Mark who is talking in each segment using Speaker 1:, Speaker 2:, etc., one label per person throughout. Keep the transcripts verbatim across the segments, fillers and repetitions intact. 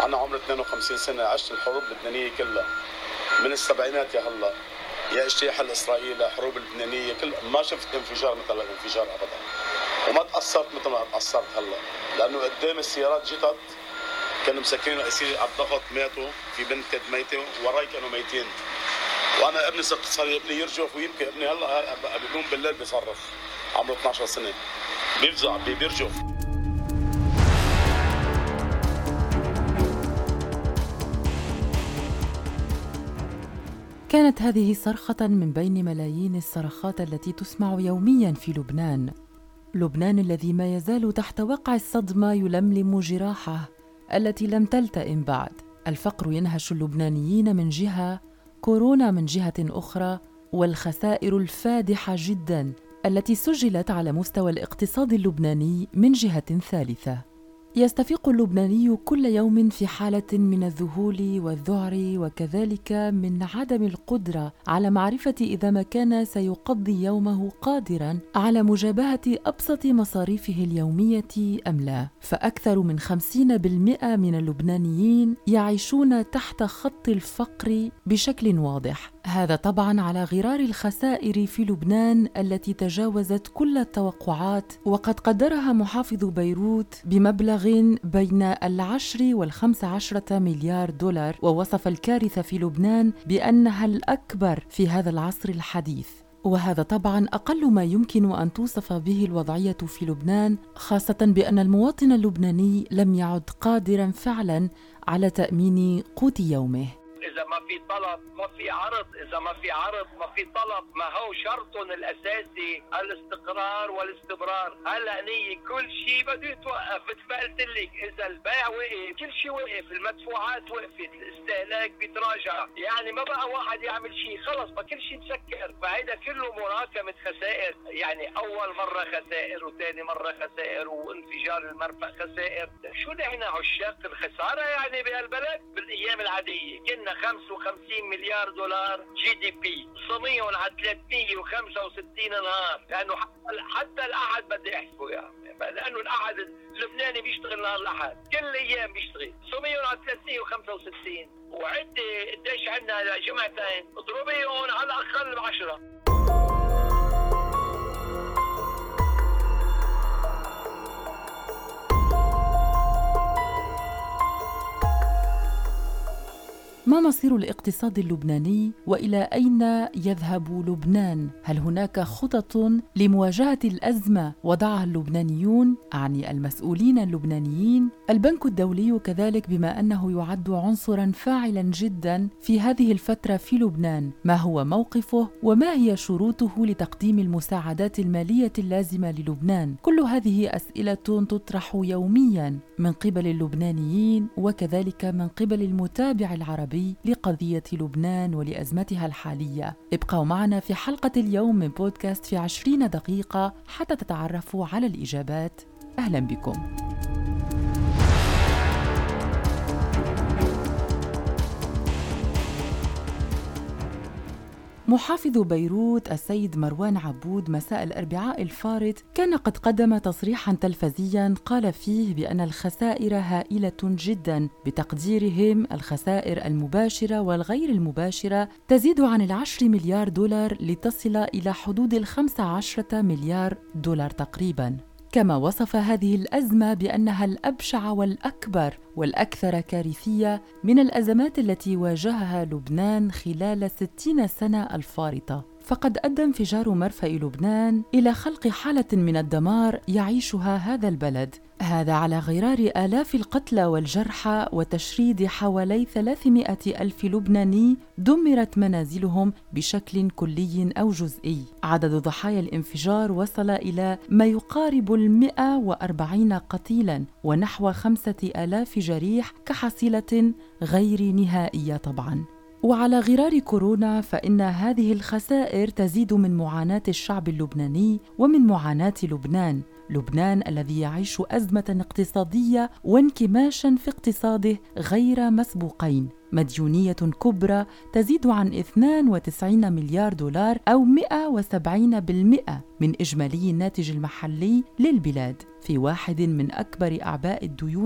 Speaker 1: أنا عمري اثنين وخمسين سنة، عشت الحروب اللبنانية كلها من السبعينات يا هلا، يا اجتياح الإسرائيلي، حروب اللبنانية، كل ما شفت انفجار مثل الانفجار أبدا، وما تأثرت مثل ما تأثرت هلا، لأنه قدام السيارات جتت كانوا مسكرين رئيسي على الضغط ماتوا، في بنت كانت ميتة وراي كانوا ميتين، وأنا ابني صار ابني يرجف ويبكي، ابني هلا بيقوم بالليل بيصرخ، عمره اثنعش سنة بيفزع بيرجف.
Speaker 2: كانت هذه صرخة من بين ملايين الصرخات التي تسمع يومياً في لبنان. لبنان الذي ما يزال تحت وقع الصدمة يلملم جراحه التي لم تلتئم بعد. الفقر ينهش اللبنانيين من جهة، كورونا من جهة أخرى، والخسائر الفادحة جداً التي سجلت على مستوى الاقتصاد اللبناني من جهة ثالثة. يستفيق اللبناني كل يوم في حالة من الذهول والذعر، وكذلك من عدم القدرة على معرفة إذا ما كان سيقضي يومه قادراً على مجابهة أبسط مصاريفه اليومية أم لا. فأكثر من خمسين بالمئة من اللبنانيين يعيشون تحت خط الفقر بشكل واضح. هذا طبعاً على غرار الخسائر في لبنان التي تجاوزت كل التوقعات، وقد قدرها محافظ بيروت بمبلغ بين العشر والخمس عشرة مليار دولار، ووصف الكارثة في لبنان بأنها الأكبر في هذا العصر الحديث. وهذا طبعاً أقل ما يمكن أن توصف به الوضعية في لبنان، خاصة بأن المواطن اللبناني لم يعد قادراً فعلاً على تأمين قوت يومه.
Speaker 3: إذا ما في طلب ما في عرض، إذا ما في عرض ما في طلب، ما هو شرطهم الأساسي الاستقرار والاستمرار. هلا نية كل شيء بده يتوقف. اتفقلت لك إذا البيع وقف كل شيء وقف، المدفوعات وقفت، الاستهلاك بيتراجع، يعني ما بقى واحد يعمل شيء، خلص ما كل شيء مسكر. فهيدا كله مراكمة خسائر، يعني أول مرة خسائر وثاني مرة خسائر وانفجار المرفأ خسائر. شو نحن عشاق الخسارة يعني بهالبلد؟ بالأيام العادية كنا خمسة وخمسين مليار دولار جي دي بي، صميهم على ثلاثمية وخمسة وستين نهار، لأنه حتى الأحد بدي أحسبه يعني، لأنه الأحد اللبناني بيشتغل نهار الأحد، كل أيام بيشتغل، صميهم على ثلاثمية وخمسة وستين، وعدي قديش عندنا جمعتين، اضربيهم على الأقل بعشرة.
Speaker 2: ما مصير الاقتصاد اللبناني وإلى أين يذهب لبنان؟ هل هناك خطط لمواجهة الأزمة وضعها اللبنانيون، أعني المسؤولين اللبنانيين؟ البنك الدولي كذلك بما أنه يعد عنصراً فاعلاً جداً في هذه الفترة في لبنان، ما هو موقفه وما هي شروطه لتقديم المساعدات المالية اللازمة للبنان؟ كل هذه أسئلة تطرح يومياً من قبل اللبنانيين وكذلك من قبل المتابع العربي لقضية لبنان ولأزمتها الحالية. ابقوا معنا في حلقة اليوم من بودكاست في عشرين دقيقة حتى تتعرفوا على الإجابات. أهلا بكم. محافظ بيروت السيد مروان عبود مساء الأربعاء الفارط كان قد قدم تصريحاً تلفزياً قال فيه بأن الخسائر هائلة جداً، بتقديرهم الخسائر المباشرة والغير المباشرة تزيد عن العشر مليار دولار لتصل إلى حدود الخمس عشرة مليار دولار تقريباً. كما وصف هذه الأزمة بأنها الأبشع والأكبر والأكثر كارثية من الأزمات التي واجهها لبنان خلال ستين سنة الفارطة. فقد أدى انفجار مرفأ لبنان إلى خلق حالة من الدمار يعيشها هذا البلد، هذا على غرار آلاف القتلى والجرحى وتشريد حوالي ثلاثمائة ألف لبناني دمرت منازلهم بشكل كلي أو جزئي. عدد ضحايا الانفجار وصل إلى ما يقارب المئة وأربعين قتيلاً ونحو خمسة آلاف جريح كحصيلة غير نهائية طبعاً. وعلى غرار كورونا فإن هذه الخسائر تزيد من معاناة الشعب اللبناني ومن معاناة لبنان، لبنان الذي يعيش أزمة اقتصادية وانكماشاً في اقتصاده غير مسبوقين، مديونية كبرى تزيد عن اثنين وتسعين مليار دولار أو مئة وسبعين بالمئة من إجمالي الناتج المحلي للبلاد، في واحد من أكبر أعباء الديون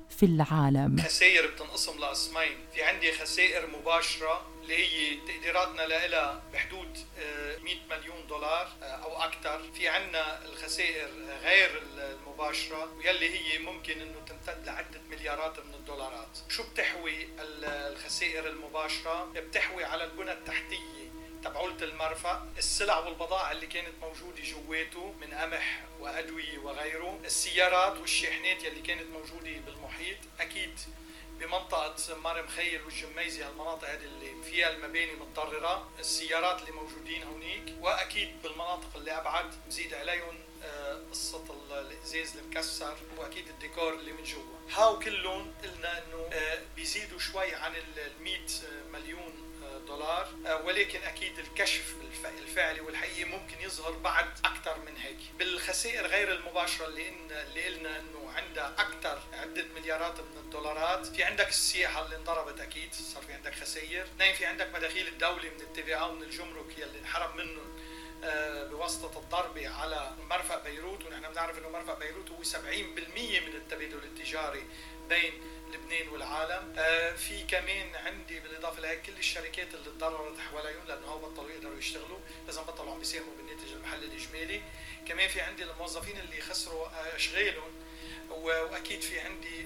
Speaker 2: في العالم.
Speaker 4: خسائر بتنقسم لقسمين، في عندي خسائر مباشرة اللي هي تقديراتنا لها بحدود مئة مليون دولار أو أكثر. في عنا الخسائر غير المباشرة واللي هي ممكن أنه تمتد لعدة مليارات من الدولارات. شو بتحوي الخسائر المباشرة؟ بتحوي على البنى التحتية تبعولة المرفأ، السلع والبضائع اللي كانت موجودة جواته من قمح وأدوية وغيره، السيارات والشاحنات يلي كانت موجودة بالمحيط، أكيد بمنطقة مار مخيل والجميزة، هالمناطق هذه اللي فيها المباني متضررة، السيارات اللي موجودين هونيك، وأكيد بالمناطق اللي أبعد بزيد عليهم قصة الإزاز المكسر وأكيد الديكور اللي من جوا. هاو كلهم قلنا إنه بيزيدوا شوي عن المئة مليون دولار، ولكن أكيد الكشف الفعلي والحقيقي ممكن يظهر بعد أكثر من هيك. بالخسائر غير المباشرة اللي, إن اللي قلنا إنه عندها أكثر عدة مليارات من الدولارات، في عندك السياحة اللي انضربت، أكيد صار في عندك خسائر. اثنين، في عندك مداخيل الدولة من التي في إيه ومن الجمرك يلي انحرم منهم بواسطة الضربة على مرفأ بيروت، ونحن بنعرف إنه مرفأ بيروت هو سبعين بالمئة من التبادل التجاري بين لبنان والعالم. في كمان عندي بالإضافة لهيك كل الشركات اللي تضررت حواليهم لأنه هو بطلوا يقدروا يشتغلوا، لازم بطلوا عم بيساهموا بالناتج المحلي الإجمالي. كمان في عندي الموظفين اللي خسروا أشغالهم، وأكيد في عندي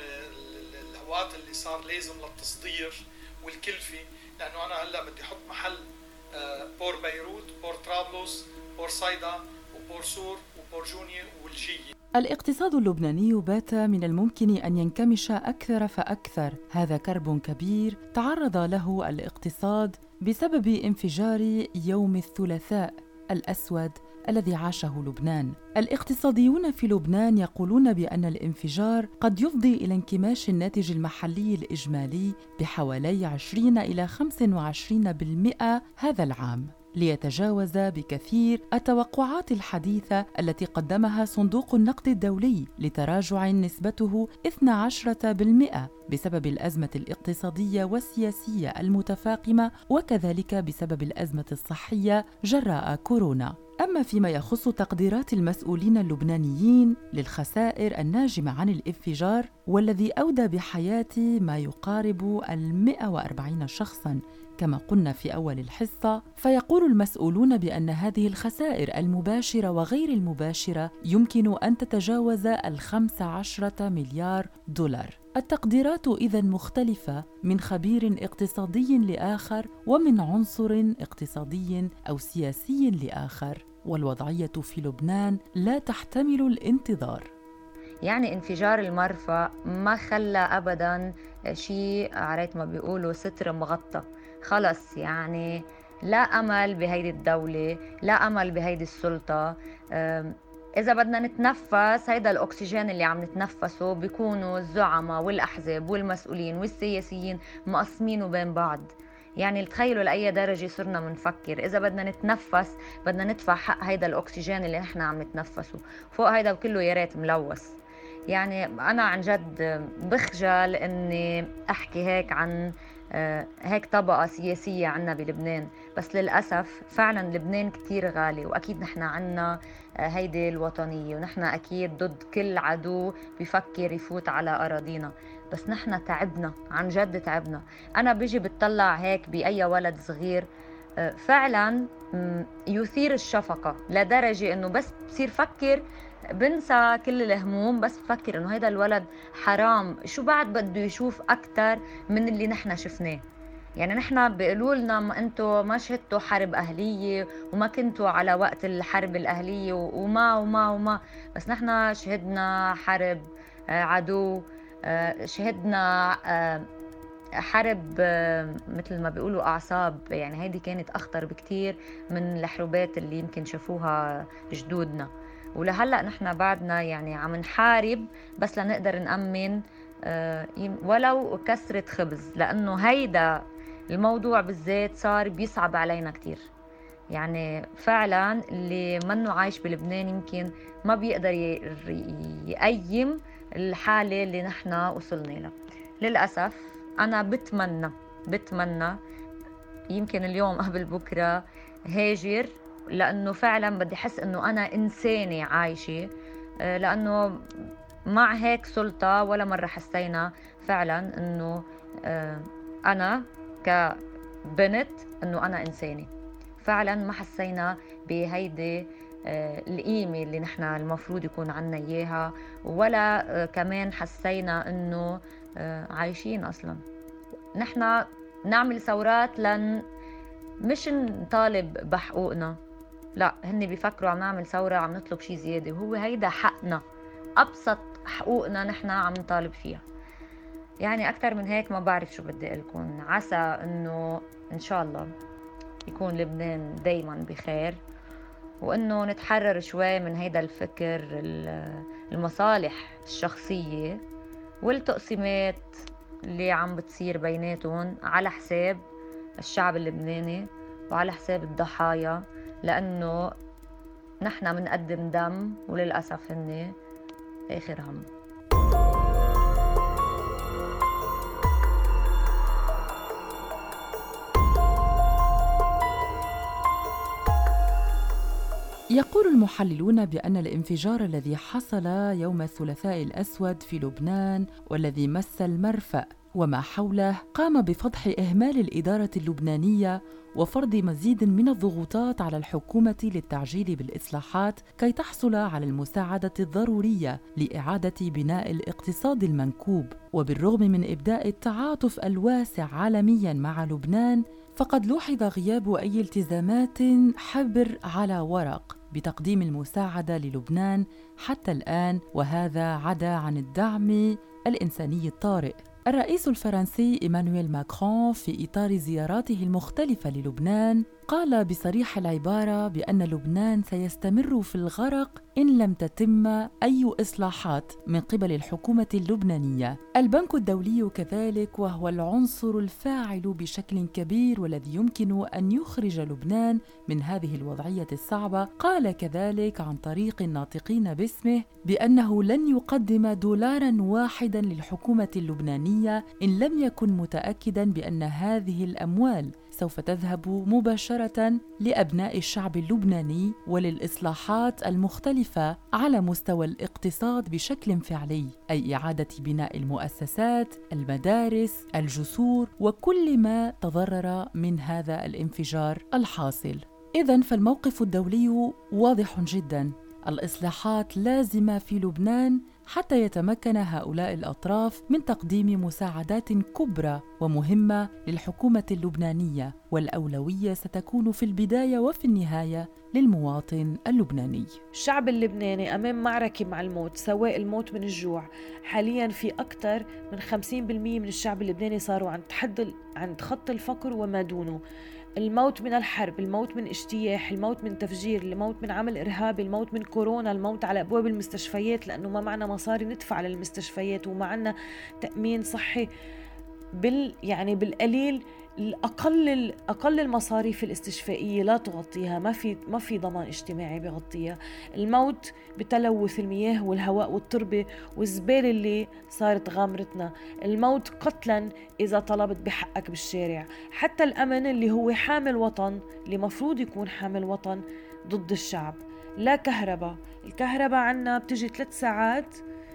Speaker 4: الأوقات اللي صار لازم للتصدير والكلفة، لأنه أنا هلأ بدي أحط محل بور بيروت، بور طرابلس، بور صيدا، وبور سور، وبور جونيا، والجية.
Speaker 2: الاقتصاد اللبناني بات من الممكن أن ينكمش أكثر فأكثر. هذا كرب كبير تعرض له الاقتصاد بسبب انفجار يوم الثلاثاء الأسود الذي عاشه لبنان. الاقتصاديون في لبنان يقولون بأن الانفجار قد يفضي إلى انكماش الناتج المحلي الإجمالي بحوالي عشرين إلى خمسة وعشرين بالمئة هذا العام، ليتجاوز بكثير التوقعات الحديثة التي قدمها صندوق النقد الدولي لتراجع نسبته اثنتي عشرة بالمئة بسبب الأزمة الاقتصادية والسياسية المتفاقمة، وكذلك بسبب الأزمة الصحية جراء كورونا. أما فيما يخص تقديرات المسؤولين اللبنانيين للخسائر الناجمة عن الانفجار والذي أودى بحياة ما يقارب المئة وأربعين شخصاً كما قلنا في أول الحصة، فيقول المسؤولون بأن هذه الخسائر المباشرة وغير المباشرة يمكن أن تتجاوز الخمس عشرة مليار دولار. التقديرات إذن مختلفة من خبير اقتصادي لآخر ومن عنصر اقتصادي أو سياسي لآخر، والوضعية في لبنان لا تحتمل الانتظار.
Speaker 5: يعني انفجار المرفأ ما خلى أبداً شيء عريت ما بيقولوا ستر مغطى، خلص يعني لا أمل بهيدي الدولة، لا أمل بهيدي السلطة. إذا بدنا نتنفس هيدا الأكسجين اللي عم نتنفسه بيكونوا الزعماء والأحزاب والمسؤولين والسياسيين مقسمينه بين بعض. يعني تخيلوا لأي درجة صرنا منفكر، إذا بدنا نتنفس بدنا ندفع حق هيدا الأكسجين اللي نحن عم نتنفسه، فوق هيدا كله يا ريت ملوث. يعني أنا عن جد بخجل إني أحكي هيك عن هيك طبقة سياسية عنا بلبنان، بس للأسف فعلا لبنان كتير غالي، وأكيد نحن عنا هيدي الوطنية، ونحن أكيد ضد كل عدو بيفكر يفوت على أراضينا، بس نحن تعبنا عن جد تعبنا. أنا بيجي بتطلع هيك بأي ولد صغير فعلا يثير الشفقة لدرجة إنه بس بصير فكر بنسى كل الهموم، بس بفكر إنه هيدا الولد حرام، شو بعد بده يشوف أكتر من اللي نحن شفناه. يعني نحن بيقولوا لنا ما أنتوا ما شهدتوا حرب أهلية وما كنتوا على وقت الحرب الأهلية وما وما وما، بس نحن شهدنا حرب عدو، شهدنا حرب مثل ما بيقولوا أعصاب. يعني هيدي كانت أخطر بكتير من الحروبات اللي يمكن شافوها جدودنا، ولهلأ نحن بعدنا يعني عم نحارب بس لنقدر نأمن ولو كسرة خبز، لأنه هيدا الموضوع بالذات صار بيصعب علينا كتير. يعني فعلا اللي منه عايش بلبنان يمكن ما بيقدر يقيم الحالة اللي نحن وصلنا لها. للأسف أنا بتمنى بتمنى يمكن اليوم قبل بكرة هاجر، لأنه فعلا بدي حس أنه أنا إنسانة عايشة، لأنه مع هيك سلطة ولا مرة حسينا فعلا إنه أنا كبنت إنه أنا إنسانة. فعلا ما حسينا بهيدي القيمة اللي نحن المفروض يكون عنا إياها، ولا كمان حسينا إنه عايشين أصلا. نحن نعمل ثورات لن مش نطالب بحقوقنا، لا، هن بيفكروا عم نعمل ثورة عم نطلب شيء زيادة، وهو هيدا حقنا، أبسط حقوقنا نحن عم نطالب فيها. يعني أكتر من هيك ما بعرف شو بدي أقولكم. عسى إنه إن شاء الله يكون لبنان دايما بخير، وإنه نتحرر شوي من هيدا الفكر المصالح الشخصية والتقسيمات اللي عم بتصير بيناتهم على حساب الشعب اللبناني وعلى حساب الضحايا، لأنه نحن منقدم دم وللأسف هن آخر هم.
Speaker 2: يقول المحللون بأن الانفجار الذي حصل يوم الثلاثاء الأسود في لبنان والذي مس المرفأ وما حوله قام بفضح إهمال الإدارة اللبنانية وفرض مزيد من الضغوطات على الحكومة للتعجيل بالإصلاحات كي تحصل على المساعدة الضرورية لإعادة بناء الاقتصاد المنكوب. وبالرغم من إبداء التعاطف الواسع عالمياً مع لبنان، فقد لوحظ غياب أي التزامات حبر على ورق بتقديم المساعدة للبنان حتى الآن، وهذا عدا عن الدعم الإنساني الطارئ. الرئيس الفرنسي إيمانويل ماكرون في إطار زياراته المختلفة للبنان قال بصريح العبارة بأن لبنان سيستمر في الغرق إن لم تتم أي إصلاحات من قبل الحكومة اللبنانية. البنك الدولي كذلك، وهو العنصر الفاعل بشكل كبير والذي يمكن أن يخرج لبنان من هذه الوضعية الصعبة، قال كذلك عن طريق الناطقين باسمه بأنه لن يقدم دولارا واحدا للحكومة اللبنانية إن لم يكن متأكدا بأن هذه الأموال سوف تذهب مباشرة لأبناء الشعب اللبناني وللإصلاحات المختلفة على مستوى الاقتصاد بشكل فعلي، أي إعادة بناء المؤسسات، المدارس، الجسور وكل ما تضرر من هذا الانفجار الحاصل. إذن فالموقف الدولي واضح جداً، الإصلاحات لازمة في لبنان حتى يتمكن هؤلاء الأطراف من تقديم مساعدات كبرى ومهمة للحكومة اللبنانية، والأولوية ستكون في البداية وفي النهاية للمواطن اللبناني.
Speaker 6: الشعب اللبناني أمام معركة مع الموت، سواء الموت من الجوع. حالياً في أكثر من خمسين بالمئة من الشعب اللبناني صاروا عند حد عند خط الفقر وما دونه. الموت من الحرب، الموت من اجتياح، الموت من تفجير، الموت من عمل إرهابي، الموت من كورونا، الموت على أبواب المستشفيات لأنه ما معنا مصاري ندفع للمستشفيات وما عنا تأمين صحي بال يعني بالقليل. الأقل أقل المصاريف الاستشفائية لا تغطيها، ما في ما في ضمان اجتماعي بيغطيها. الموت بتلوث المياه والهواء والتربة والزبالة اللي صارت غامرتنا. الموت قتلا إذا طلبت بحقك بالشارع. حتى الأمن اللي هو حامل وطن، اللي مفروض يكون حامل وطن، ضد الشعب. لا كهرباء، الكهرباء عنا بتجي ثلاث ساعات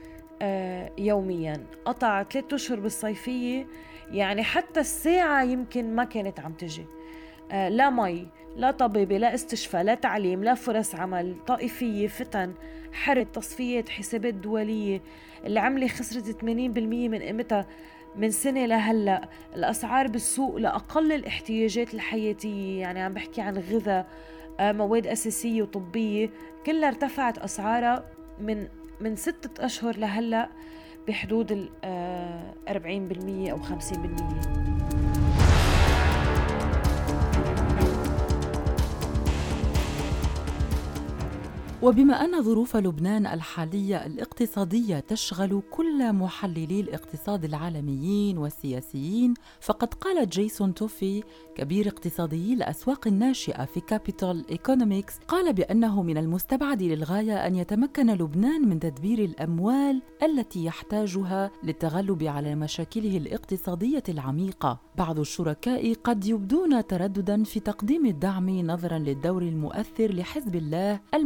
Speaker 6: آه يوميا، قطع ثلاث أشهر بالصيفية، يعني حتى الساعة يمكن ما كانت عم تجي. آه لا مي، لا طبيبة، لا استشفاء، لا تعليم، لا فرص عمل، طائفية، فتن، حرب، تصفيات، حسابات دولية. العملة خسرت ثمانين بالمئة من قيمتها من سنة لهلأ. الأسعار بالسوق لأقل الاحتياجات الحياتية، يعني عم بحكي عن غذاء، آه مواد أساسية وطبية، كلها ارتفعت أسعارها من من ستة أشهر لهلأ بحدود ال أربعين بالمئة أو خمسين بالمئة.
Speaker 2: وبما أن ظروف لبنان الحالية الاقتصادية تشغل كل محللي الاقتصاد العالميين والسياسيين، فقد قال جيسون توفي كبير اقتصادي الأسواق الناشئة في كابيتال إيكونوميكس، قال بأنه من المستبعد للغاية أن يتمكن لبنان من تدبير الأموال التي يحتاجها للتغلب على مشاكله الاقتصادية العميقة. بعض الشركاء قد يبدون تردداً في تقديم الدعم نظراً للدور المؤثر لحزب الله المدعوم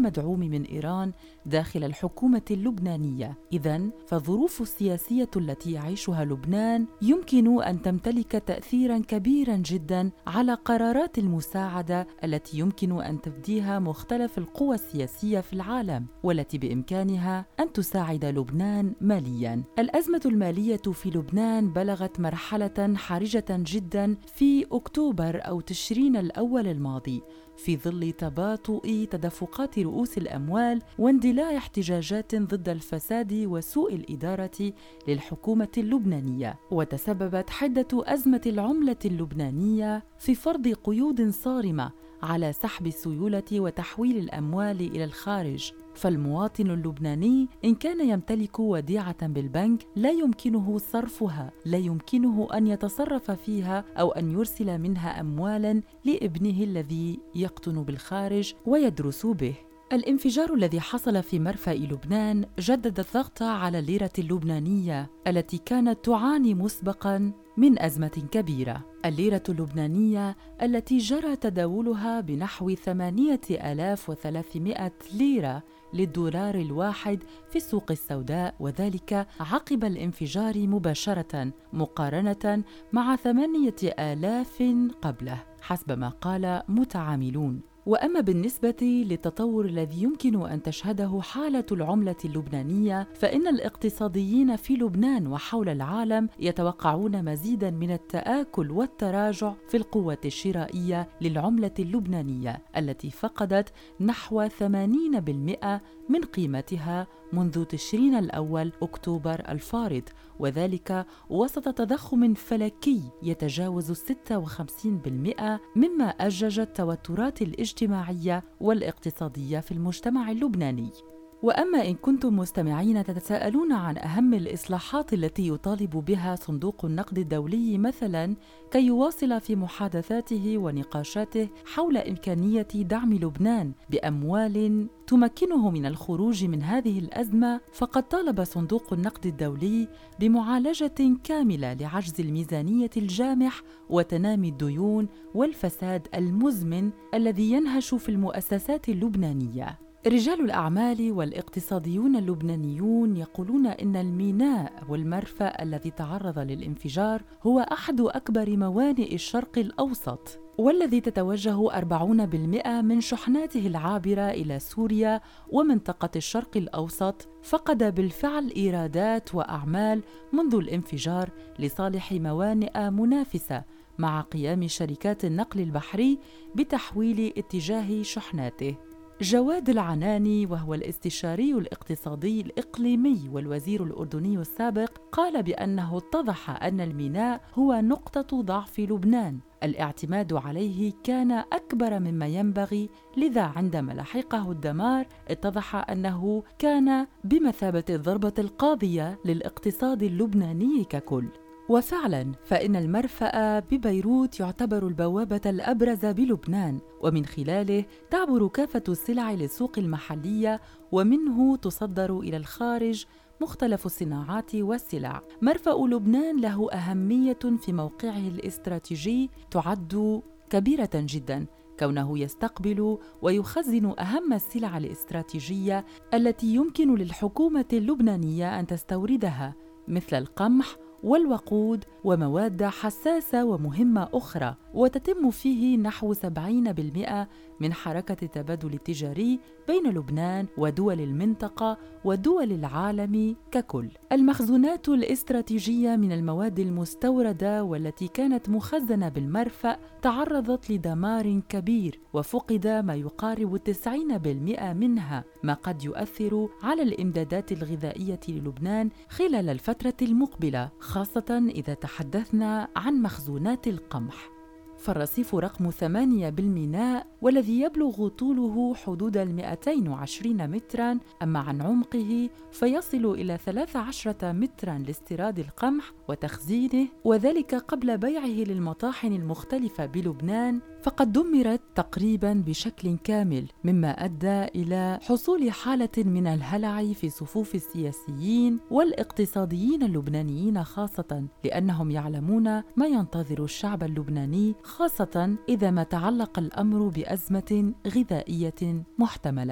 Speaker 2: من إيران داخل الحكومة اللبنانية. إذن فالظروف السياسية التي يعيشها لبنان يمكن أن تمتلك تأثيراً كبيراً جداً على قرارات المساعدة التي يمكن أن تبديها مختلف القوى السياسية في العالم، والتي بإمكانها أن تساعد لبنان مالياً. الأزمة المالية في لبنان بلغت مرحلة حرجة جداً في أكتوبر أو تشرين الأول الماضي، في ظل تباطؤ تدفقات رؤوس الأموال واندلاع احتجاجات ضد الفساد وسوء الإدارة للحكومة اللبنانية. وتسببت حدة أزمة العملة اللبنانية في فرض قيود صارمة على سحب السيولة وتحويل الأموال إلى الخارج. فالمواطن اللبناني إن كان يمتلك وديعة بالبنك لا يمكنه صرفها، لا يمكنه أن يتصرف فيها أو أن يرسل منها أموالاً لابنه الذي يقطن بالخارج ويدرس به. الانفجار الذي حصل في مرفأ لبنان جدد الضغط على الليرة اللبنانية التي كانت تعاني مسبقاً من أزمة كبيرة. الليرة اللبنانية التي جرى تداولها بنحو ثمانية آلاف وثلاثمائة ليرة للدولار الواحد في السوق السوداء، وذلك عقب الانفجار مباشرة مقارنة مع ثمانية آلاف قبله حسب ما قال متعاملون. وأما بالنسبة للتطور الذي يمكن أن تشهده حالة العملة اللبنانية، فإن الاقتصاديين في لبنان وحول العالم يتوقعون مزيداً من التآكل والتراجع في القوة الشرائية للعملة اللبنانية التي فقدت نحو ثمانين بالمئة من قيمتها منذ تشرين الأول أكتوبر الفارط، وذلك وسط تضخم فلكي يتجاوز ستة وخمسين بالمئة، مما أجج التوترات الاجتماعية والاقتصادية في المجتمع اللبناني. وأما إن كنتم مستمعين تتساءلون عن أهم الإصلاحات التي يطالب بها صندوق النقد الدولي مثلاً كي يواصل في محادثاته ونقاشاته حول إمكانية دعم لبنان بأموال تمكنه من الخروج من هذه الأزمة، فقد طالب صندوق النقد الدولي بمعالجة كاملة لعجز الميزانية الجامح وتنامي الديون والفساد المزمن الذي ينهش في المؤسسات اللبنانية. رجال الأعمال والاقتصاديون اللبنانيون يقولون إن الميناء والمرفأ الذي تعرض للانفجار هو أحد أكبر موانئ الشرق الأوسط، والذي تتوجه أربعين بالمئة من شحناته العابرة إلى سوريا ومنطقة الشرق الأوسط، فقد بالفعل إيرادات وأعمال منذ الانفجار لصالح موانئ منافسة، مع قيام شركات النقل البحري بتحويل اتجاه شحناته. جواد العناني وهو الاستشاري الاقتصادي الإقليمي والوزير الأردني السابق قال بأنه اتضح أن الميناء هو نقطة ضعف لبنان، الاعتماد عليه كان أكبر مما ينبغي، لذا عندما لحقه الدمار اتضح أنه كان بمثابة الضربة القاضية للاقتصاد اللبناني ككل. وفعلاً فإن المرفأ ببيروت يعتبر البوابة الأبرز بلبنان، ومن خلاله تعبر كافة السلع للسوق المحلية، ومنه تصدر إلى الخارج مختلف الصناعات والسلع. مرفأ لبنان له أهمية في موقعه الاستراتيجي تعد كبيرة جداً، كونه يستقبل ويخزن أهم السلع الاستراتيجية التي يمكن للحكومة اللبنانية أن تستوردها، مثل القمح والوقود ومواد حساسة ومهمة أخرى، وتتم فيه نحو سبعين بالمئة من حركة التبادل التجاري بين لبنان ودول المنطقة ودول العالم ككل. المخزونات الاستراتيجية من المواد المستوردة والتي كانت مخزنة بالمرفأ تعرضت لدمار كبير، وفقد ما يقارب تسعين بالمئة منها، ما قد يؤثر على الإمدادات الغذائية للبنان خلال الفترة المقبلة، خاصة إذا تحدثنا عن مخزونات القمح. فالرصيف رقم ثمانية بالميناء والذي يبلغ طوله حدود المئتين وعشرين متراً، أما عن عمقه فيصل إلى ثلاث عشرة متراً لاستيراد القمح وتخزينه، وذلك قبل بيعه للمطاحن المختلفة بلبنان، فقد دمرت تقريباً بشكل كامل، مما أدى إلى حصول حالة من الهلع في صفوف السياسيين والاقتصاديين اللبنانيين خاصة، لأنهم يعلمون ما ينتظر الشعب اللبناني، خاصة إذا ما تعلق الأمر بأزمة غذائية محتملة.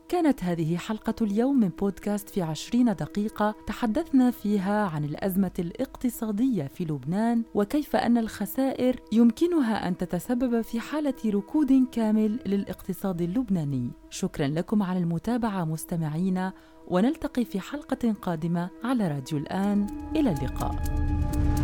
Speaker 2: كانت هذه حلقة اليوم من بودكاست في عشرين دقيقة، تحدثنا فيها عن الأزمة الاقتصادية في لبنان وكيف أن الخسائر يمكنها أن تتسبب في حالة ركود كامل للاقتصاد اللبناني. شكرا لكم على المتابعة مستمعينا، ونلتقي في حلقة قادمة على راديو الآن. إلى اللقاء.